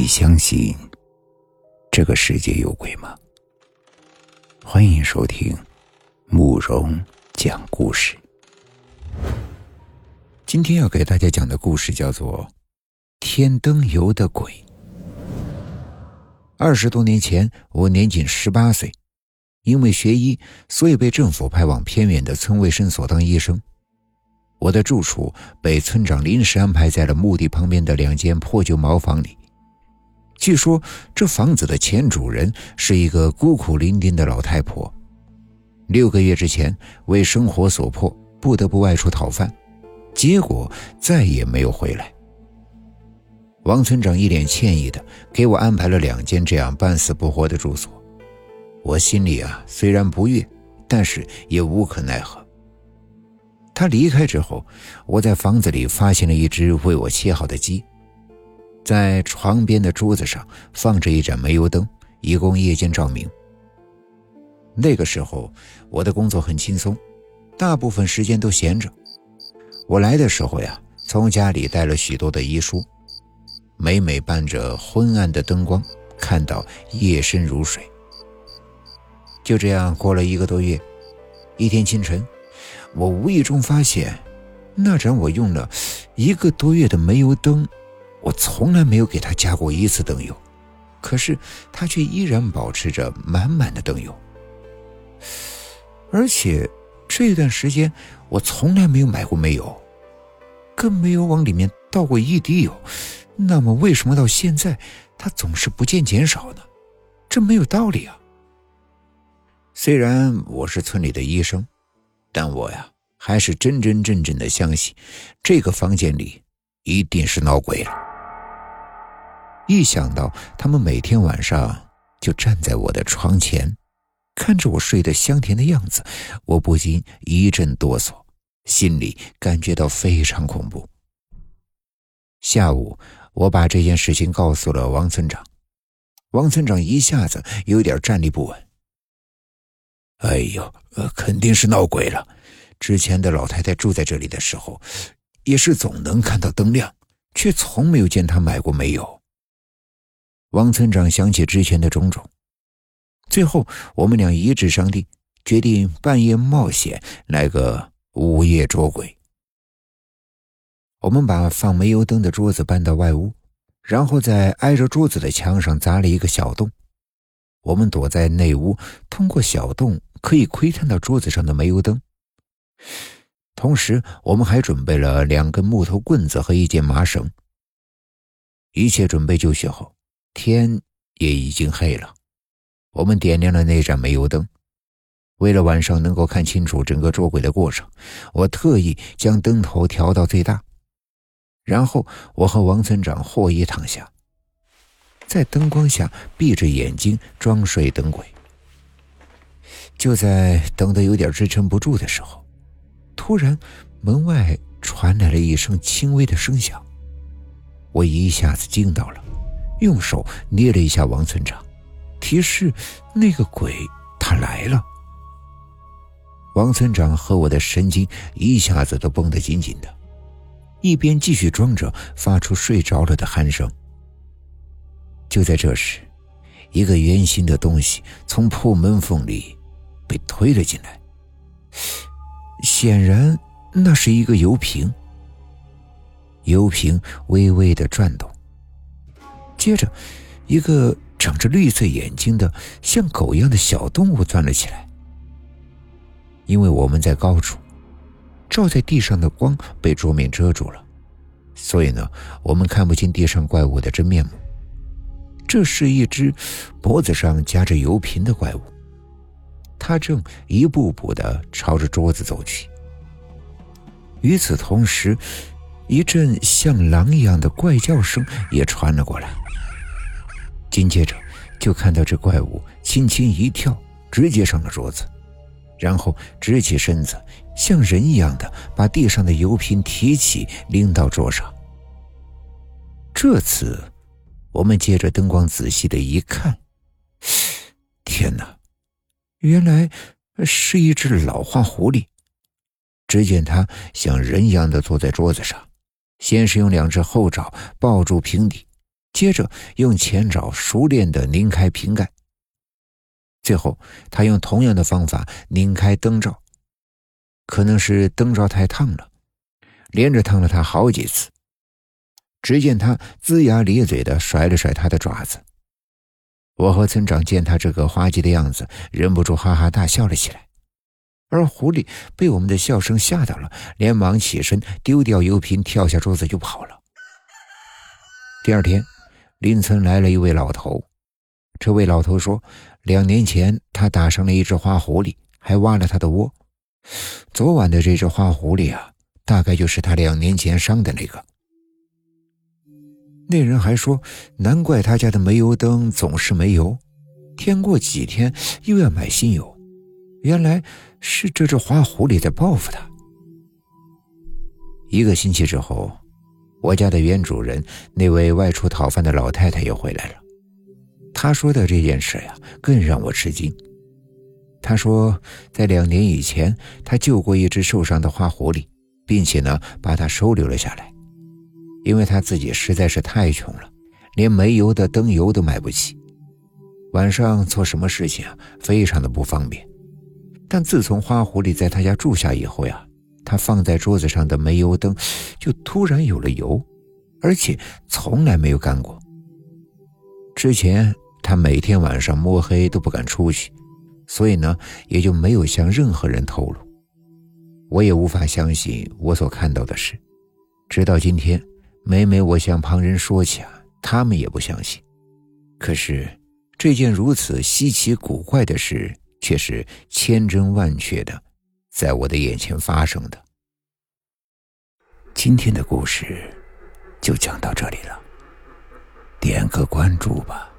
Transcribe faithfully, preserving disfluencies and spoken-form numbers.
你相信这个世界有鬼吗？欢迎收听慕容讲故事。今天要给大家讲的故事叫做天灯游的鬼。二十多年前，我年仅十八岁，因为学医，所以被政府派往偏远的村卫生所当医生。我的住处被村长临时安排在了墓地旁边的两间破旧茅房里。据说这房子的前主人是一个孤苦伶仃的老太婆，六个月之前为生活所迫不得不外出讨饭，结果再也没有回来。王村长一脸歉意的给我安排了两间这样半死不活的住所。我心里啊虽然不悦，但是也无可奈何。他离开之后，我在房子里发现了一只为我切好的鸡，在床边的桌子上放着一盏煤油灯，以供夜间照明。那个时候我的工作很轻松，大部分时间都闲着。我来的时候呀，从家里带了许多的医书，每每伴着昏暗的灯光，看到夜深如水。就这样过了一个多月，一天清晨，我无意中发现那盏我用了一个多月的煤油灯，我从来没有给它加过一次灯油，可是它却依然保持着满满的灯油。而且这段时间我从来没有买过煤油，更没有往里面倒过一滴油，那么为什么到现在它总是不见减少呢？这没有道理啊！虽然我是村里的医生，但我呀还是真真正正的相信这个房间里一定是闹鬼了。一想到他们每天晚上就站在我的床前，看着我睡得香甜的样子，我不禁一阵哆嗦，心里感觉到非常恐怖。下午我把这件事情告诉了王村长，王村长一下子有点站立不稳。哎呦，呃，肯定是闹鬼了。之前的老太太住在这里的时候，也是总能看到灯亮，却从没有见她买过煤油。王村长想起之前的种种，最后我们俩一致商定，决定半夜冒险来个午夜捉鬼。我们把放煤油灯的桌子搬到外屋，然后在挨着桌子的墙上砸了一个小洞。我们躲在内屋，通过小洞可以窥探到桌子上的煤油灯。同时我们还准备了两根木头棍子和一件麻绳。一切准备就绪后，天也已经黑了。我们点亮了那盏煤油灯，为了晚上能够看清楚整个捉鬼的过程，我特意将灯头调到最大。然后我和王村长或一躺下，在灯光下闭着眼睛装睡等鬼。就在等得有点支撑不住的时候，突然门外传来了一声轻微的声响。我一下子惊到了，用手捏了一下王村长，提示那个鬼他来了。王村长和我的神经一下子都绷得紧紧的，一边继续装着发出睡着了的鼾声。就在这时，一个圆形的东西从破门缝里被推了进来，显然那是一个油瓶。油瓶微微地转动，接着一个长着绿色眼睛的像狗一样的小动物钻了起来。因为我们在高处，照在地上的光被桌面遮住了，所以呢，我们看不清地上怪物的真面目。这是一只脖子上夹着油瓶的怪物，它正一步步地朝着桌子走去。与此同时，一阵像狼一样的怪叫声也传了过来。紧接着就看到这怪物轻轻一跳，直接上了桌子，然后直起身子，像人一样的把地上的油瓶提起拎到桌上。这次我们借着灯光仔细的一看，天哪，原来是一只老花狐狸。只见它像人一样的坐在桌子上，先是用两只后爪抱住瓶底， 接着用前爪熟练地拧开瓶盖，最后他用同样的方法拧开灯罩。可能是灯罩太烫了，连着烫了他好几次。只见他龇牙咧嘴地甩了甩他的爪子。我和村长见他这个滑稽的样子，忍不住哈哈大笑了起来。而狐狸被我们的笑声吓到了，连忙起身丢掉油瓶，跳下桌子就跑了。第二天，邻村来了一位老头。这位老头说，两年前他打伤了一只花狐狸，还挖了他的窝。昨晚的这只花狐狸啊，大概就是他两年前伤的那个。那人还说，难怪他家的煤油灯总是没油，天过几天又要买新油，原来是这只花狐狸在报复他。一个星期之后，我家的原主人那位外出讨饭的老太太又回来了。她说的这件事呀，更让我吃惊。她说，在两年以前，她救过一只受伤的花狐狸，并且呢，把它收留了下来。因为她自己实在是太穷了，连煤油的灯油都买不起，晚上做什么事情啊，非常的不方便。但自从花狐狸在她家住下以后呀，她放在桌子上的煤油灯就突然有了油，而且从来没有干过。之前她每天晚上摸黑都不敢出去，所以呢，也就没有向任何人透露。我也无法相信我所看到的事，直到今天，每每我向旁人说起啊，他们也不相信。可是这件如此稀奇古怪的事，却是千真万确的在我的眼前发生的。今天的故事就讲到这里了，点个关注吧。